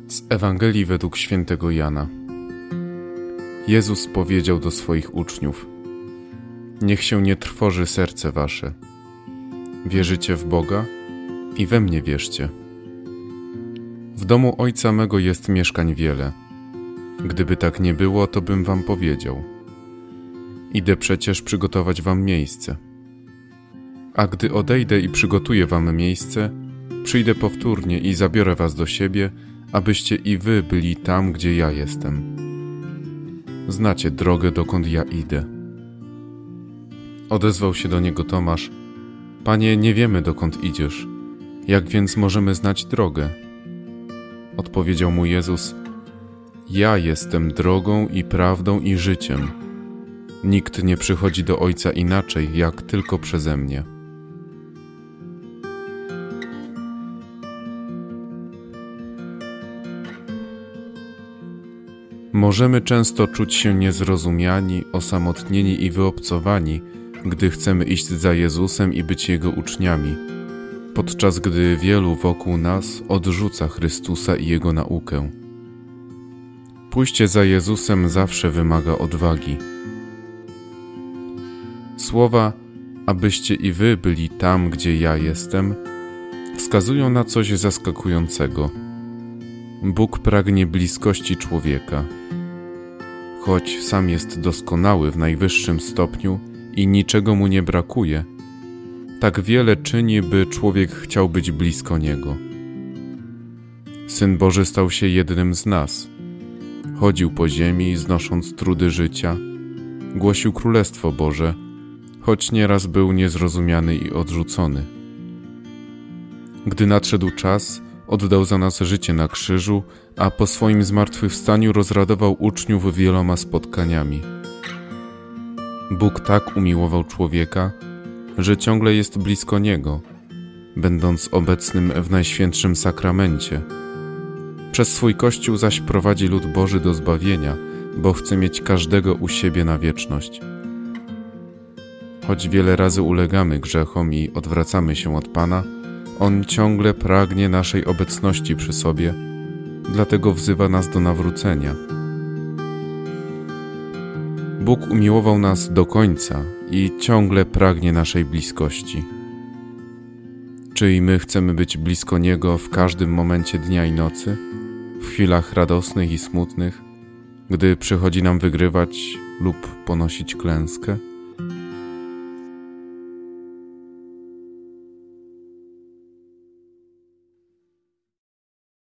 Z Ewangelii według świętego Jana. Jezus powiedział do swoich uczniów: niech się nie trwoży serce wasze. Wierzycie w Boga i we mnie wierzcie. W domu Ojca mego jest mieszkań wiele. Gdyby tak nie było, to bym wam powiedział. Idę przecież przygotować wam miejsce. A gdy odejdę i przygotuję wam miejsce, przyjdę powtórnie i zabiorę was do siebie, abyście i wy byli tam, gdzie ja jestem. Znacie drogę, dokąd ja idę. Odezwał się do niego Tomasz: Panie, nie wiemy, dokąd idziesz. Jak więc możemy znać drogę? Odpowiedział mu Jezus: Ja jestem drogą i prawdą i życiem. Nikt nie przychodzi do Ojca inaczej, jak tylko przeze mnie. Możemy często czuć się niezrozumiani, osamotnieni i wyobcowani, gdy chcemy iść za Jezusem i być Jego uczniami, podczas gdy wielu wokół nas odrzuca Chrystusa i Jego naukę. Pójście za Jezusem zawsze wymaga odwagi. Słowa, abyście i wy byli tam, gdzie ja jestem, wskazują na coś zaskakującego. Bóg pragnie bliskości człowieka. Choć sam jest doskonały w najwyższym stopniu i niczego mu nie brakuje, tak wiele czyni, by człowiek chciał być blisko Niego. Syn Boży stał się jednym z nas. Chodził po ziemi, znosząc trudy życia, głosił Królestwo Boże, choć nieraz był niezrozumiany i odrzucony. Gdy nadszedł czas, oddał za nas życie na krzyżu, a po swoim zmartwychwstaniu rozradował uczniów wieloma spotkaniami. Bóg tak umiłował człowieka, że ciągle jest blisko Niego, będąc obecnym w Najświętszym Sakramencie. Przez swój Kościół zaś prowadzi lud Boży do zbawienia, bo chce mieć każdego u siebie na wieczność. Choć wiele razy ulegamy grzechom i odwracamy się od Pana, On ciągle pragnie naszej obecności przy sobie, dlatego wzywa nas do nawrócenia. Bóg umiłował nas do końca i ciągle pragnie naszej bliskości. Czy i my chcemy być blisko Niego w każdym momencie dnia i nocy, w chwilach radosnych i smutnych, gdy przychodzi nam wygrywać lub ponosić klęskę?